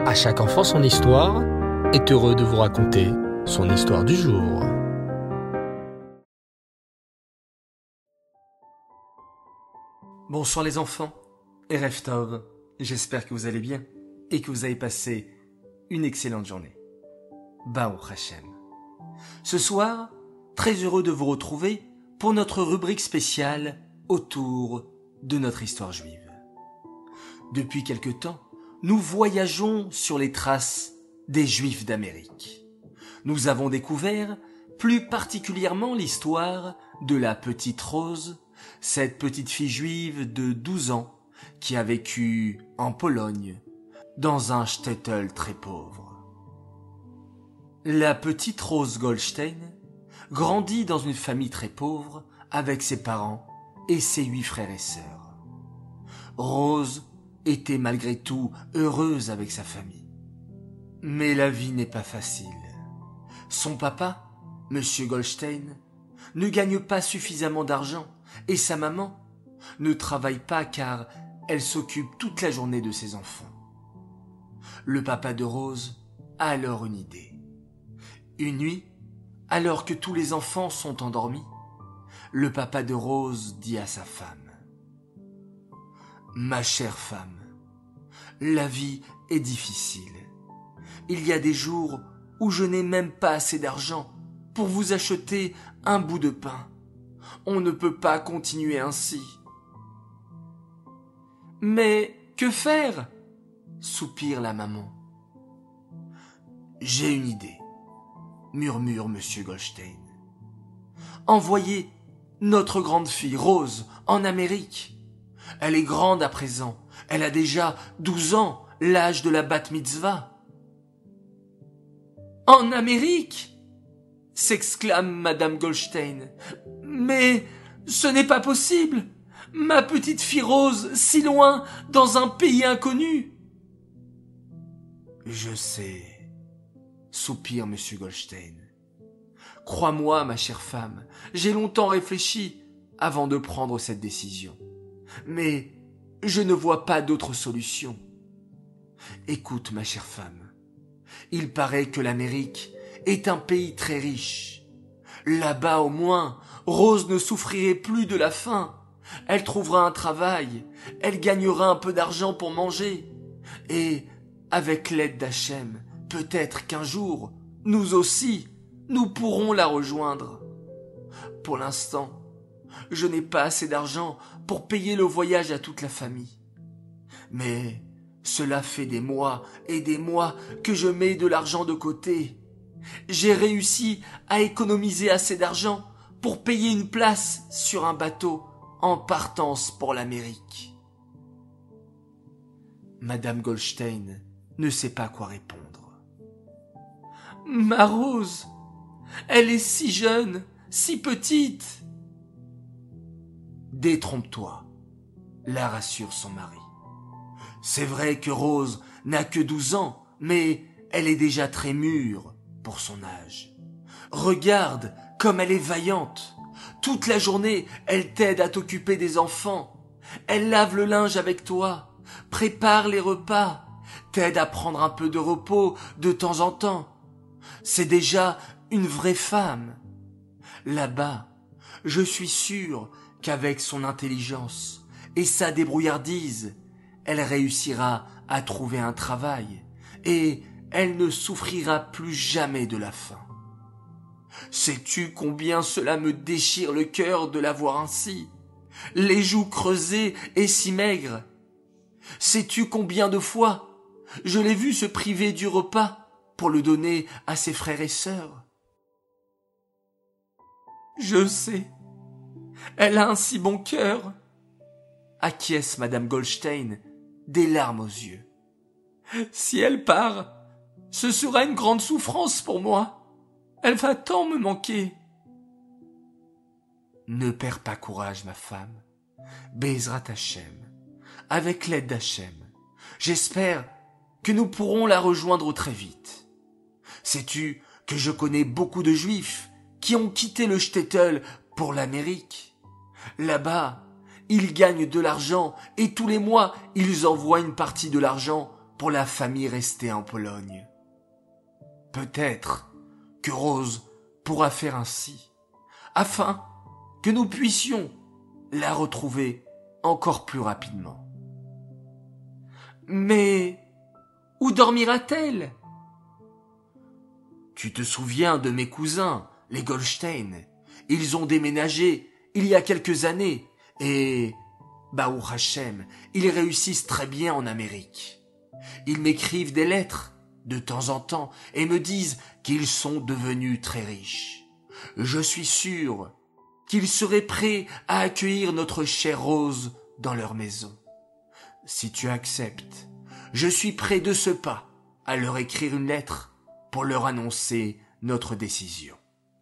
À chaque enfant son histoire est heureux de vous raconter son histoire du jour. Bonsoir les enfants, Erev Tov, j'espère que vous allez bien et que vous avez passé une excellente journée. Baruch Hashem. Ce soir, très heureux de vous retrouver pour notre rubrique spéciale autour de notre histoire juive. Depuis quelque temps, nous voyageons sur les traces des Juifs d'Amérique. Nous avons découvert plus particulièrement l'histoire de la petite Rose, cette petite fille juive de 12 ans qui a vécu en Pologne, dans un shtetl très pauvre. La petite Rose Goldstein grandit dans une famille très pauvre avec ses parents et ses 8 frères et sœurs. Rose était malgré tout heureuse avec sa famille. Mais la vie n'est pas facile. Son papa, Monsieur Goldstein, ne gagne pas suffisamment d'argent et sa maman ne travaille pas car elle s'occupe toute la journée de ses enfants. Le papa de Rose a alors une idée. Une nuit, alors que tous les enfants sont endormis, le papa de Rose dit à sa femme : « Ma chère femme, la vie est difficile. Il y a des jours où je n'ai même pas assez d'argent pour vous acheter un bout de pain. On ne peut pas continuer ainsi. »« Mais que faire ?» soupire la maman. « J'ai une idée, » murmure Monsieur Goldstein. « Envoyez notre grande fille Rose en Amérique. Elle est grande à présent. Elle a déjà 12 ans, l'âge de la bat mitzvah. »« En Amérique ?» s'exclame Madame Goldstein. « Mais ce n'est pas possible. Ma petite fille Rose, si loin, dans un pays inconnu. »« Je sais, » soupire Monsieur Goldstein. « Crois-moi, ma chère femme, j'ai longtemps réfléchi avant de prendre cette décision. Mais je ne vois pas d'autre solution. Écoute, ma chère femme, il paraît que l'Amérique est un pays très riche. Là-bas, au moins, Rose ne souffrirait plus de la faim. Elle trouvera un travail, elle gagnera un peu d'argent pour manger. Et, avec l'aide d'Hachem, peut-être qu'un jour, nous aussi, nous pourrons la rejoindre. Pour l'instant, je n'ai pas assez d'argent pour payer le voyage à toute la famille. Mais cela fait des mois et des mois que je mets de l'argent de côté. J'ai réussi à économiser assez d'argent pour payer une place sur un bateau en partance pour l'Amérique. » Madame Goldstein ne sait pas quoi répondre. « Ma Rose, elle est si jeune, si petite. » « Détrompe-toi, » la rassure son mari. « C'est vrai que Rose n'a que 12 ans, mais elle est déjà très mûre pour son âge. Regarde comme elle est vaillante. Toute la journée, elle t'aide à t'occuper des enfants. Elle lave le linge avec toi, prépare les repas, t'aide à prendre un peu de repos de temps en temps. C'est déjà une vraie femme. Là-bas, je suis sûr qu'avec son intelligence et sa débrouillardise, elle réussira à trouver un travail et elle ne souffrira plus jamais de la faim. Sais-tu combien cela me déchire le cœur de la voir ainsi, les joues creusées et si maigres? Sais-tu combien de fois je l'ai vue se priver du repas pour le donner à ses frères et sœurs? Je sais, elle a un si bon cœur, acquiesce Madame Goldstein, des larmes aux yeux. Si elle part, ce sera une grande souffrance pour moi. Elle va tant me manquer. Ne perds pas courage, ma femme. Bezrat Hachem, avec l'aide d'Hachem, j'espère que nous pourrons la rejoindre très vite. Sais-tu que je connais beaucoup de Juifs qui ont quitté le shtetl pour l'Amérique? Là-bas, ils gagnent de l'argent et tous les mois, ils envoient une partie de l'argent pour la famille restée en Pologne. Peut-être que Rose pourra faire ainsi, afin que nous puissions la retrouver encore plus rapidement. Mais où dormira-t-elle? Tu te souviens de mes cousins, les Goldstein? Ils ont déménagé il y a quelques années et, Baruch Hashem, ils réussissent très bien en Amérique. Ils m'écrivent des lettres de temps en temps et me disent qu'ils sont devenus très riches. Je suis sûr qu'ils seraient prêts à accueillir notre chère Rose dans leur maison. Si tu acceptes, je suis prêt de ce pas à leur écrire une lettre pour leur annoncer notre décision.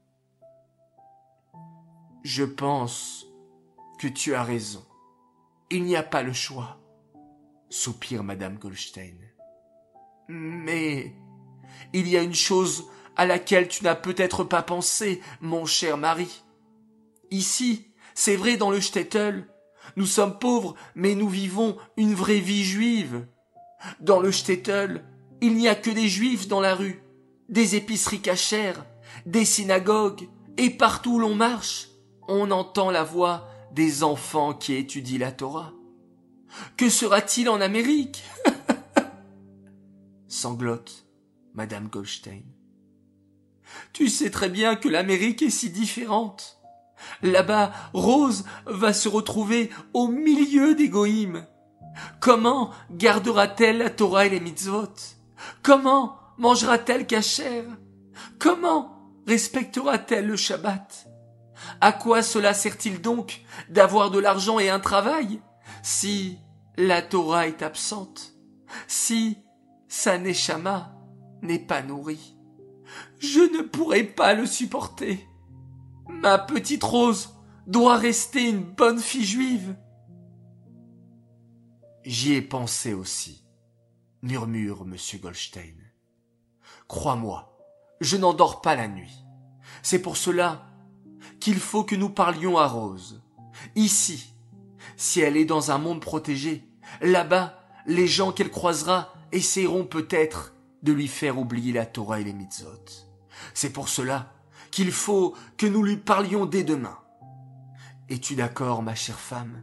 Je pense que tu as raison. Il n'y a pas le choix, soupire Madame Goldstein. Mais il y a une chose à laquelle tu n'as peut-être pas pensé, mon cher mari. Ici, c'est vrai dans le shtetl, nous sommes pauvres, mais nous vivons une vraie vie juive. Dans le shtetl, il n'y a que des juifs dans la rue, des épiceries cachères, des synagogues, et partout où l'on marche, on entend la voix des enfants qui étudient la Torah. Que sera-t-il en Amérique? Sanglote Madame Goldstein. Tu sais très bien que l'Amérique est si différente. Là-bas, Rose va se retrouver au milieu des goïms. Comment gardera-t-elle la Torah et les mitzvot? Comment mangera-t-elle kasher? Comment respectera-t-elle le Shabbat? À quoi cela sert-il donc d'avoir de l'argent et un travail si la Torah est absente, si sa neshama n'est pas nourrie? Je ne pourrai pas le supporter. Ma petite Rose doit rester une bonne fille juive. J'y ai pensé aussi, murmure M. Goldstein. Crois-moi, je n'endors pas la nuit. C'est pour cela qu'il faut que nous parlions à Rose. Ici, si elle est dans un monde protégé, là-bas, les gens qu'elle croisera essaieront peut-être de lui faire oublier la Torah et les mitzvot. C'est pour cela qu'il faut que nous lui parlions dès demain. Es-tu d'accord, ma chère femme?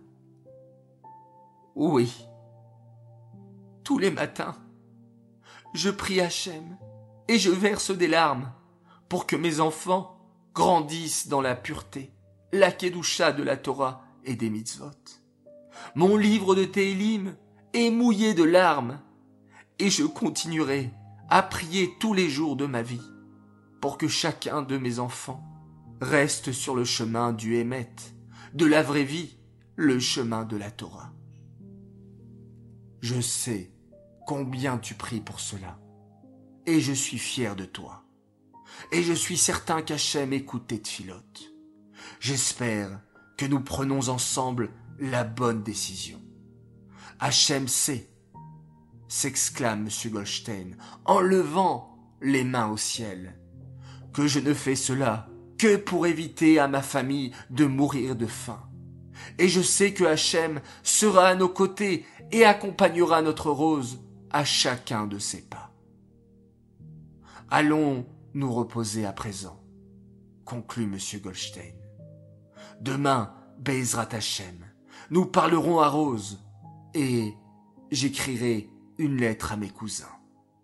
Oui. Tous les matins, je prie Hachem et je verse des larmes pour que mes enfants grandissent dans la pureté, la kedusha de la Torah et des mitzvot. Mon livre de Télim est mouillé de larmes et je continuerai à prier tous les jours de ma vie pour que chacun de mes enfants reste sur le chemin du Hémet, de la vraie vie, le chemin de la Torah. Je sais combien tu pries pour cela, et je suis fier de toi. Et je suis certain qu'Hachem écoute tes tfilotes. J'espère que nous prenons ensemble la bonne décision. Hachem sait, s'exclame M. Goldstein, en levant les mains au ciel, que je ne fais cela que pour éviter à ma famille de mourir de faim. Et je sais que Hachem sera à nos côtés et accompagnera notre Rose à chacun de ses pas. Allons nous reposer à présent, conclut M. Goldstein. Demain, Be'ezrat Hachem, nous parlerons à Rose et j'écrirai une lettre à mes cousins.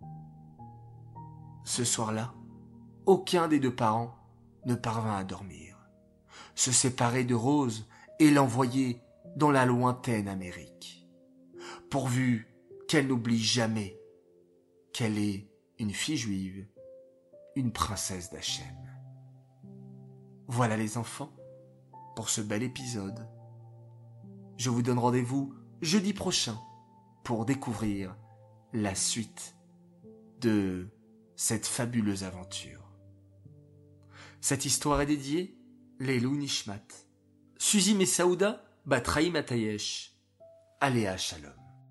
Ce soir-là, aucun des deux parents ne parvint à dormir. Se séparer de Rose et l'envoyer dans la lointaine Amérique, pourvu qu'elle n'oublie jamais qu'elle est une fille juive, une princesse d'Hachem. Voilà les enfants, pour ce bel épisode. Je vous donne rendez-vous jeudi prochain pour découvrir la suite de cette fabuleuse aventure. Cette histoire est dédiée Leilou Nishmat, Suzy Messaouda Batraï Matayesh, Aléa Shalom.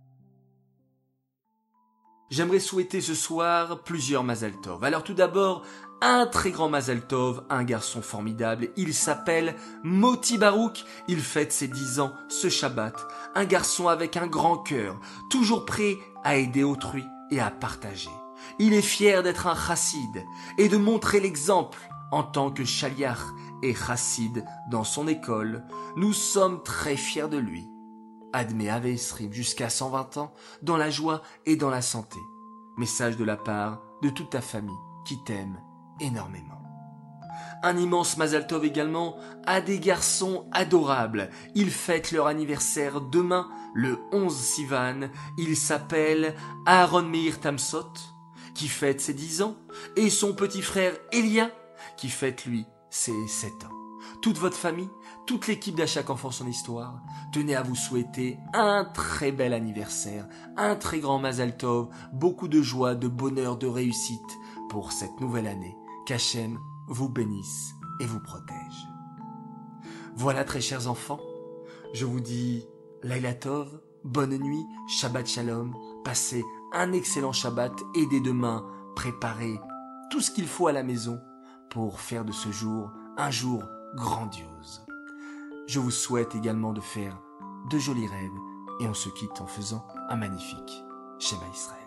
J'aimerais souhaiter ce soir plusieurs Mazal Tov. Alors tout d'abord, un très grand Mazal Tov, un garçon formidable. Il s'appelle Moti Barouk. Il fête ses 10 ans ce Shabbat. Un garçon avec un grand cœur, toujours prêt à aider autrui, et à partager. Il est fier d'être un chassid et de montrer l'exemple en tant que shaliach et chassid dans son école. Nous sommes très fiers de lui. Admet Ave Esrim jusqu'à 120 ans, dans la joie et dans la santé. Message de la part de toute ta famille qui t'aime énormément. Un immense Mazal Tov également à des garçons adorables. Ils fêtent leur anniversaire demain, le 11 Sivan. Ils s'appellent Aaron Meir Tamsot, qui fête ses 10 ans, et son petit frère Elia, qui fête lui ses 7 ans. Toute votre famille, toute l'équipe d'À chaque enfant son histoire, tenez à vous souhaiter un très bel anniversaire, un très grand Mazal Tov, beaucoup de joie, de bonheur, de réussite pour cette nouvelle année. Qu'Hachem vous bénisse et vous protège. Voilà, très chers enfants, je vous dis Laila Tov, bonne nuit, Shabbat Shalom, passez un excellent Shabbat et dès demain, préparez tout ce qu'il faut à la maison pour faire de ce jour un jour grandiose. Je vous souhaite également de faire de jolis rêves et on se quitte en faisant un magnifique Shema Israël.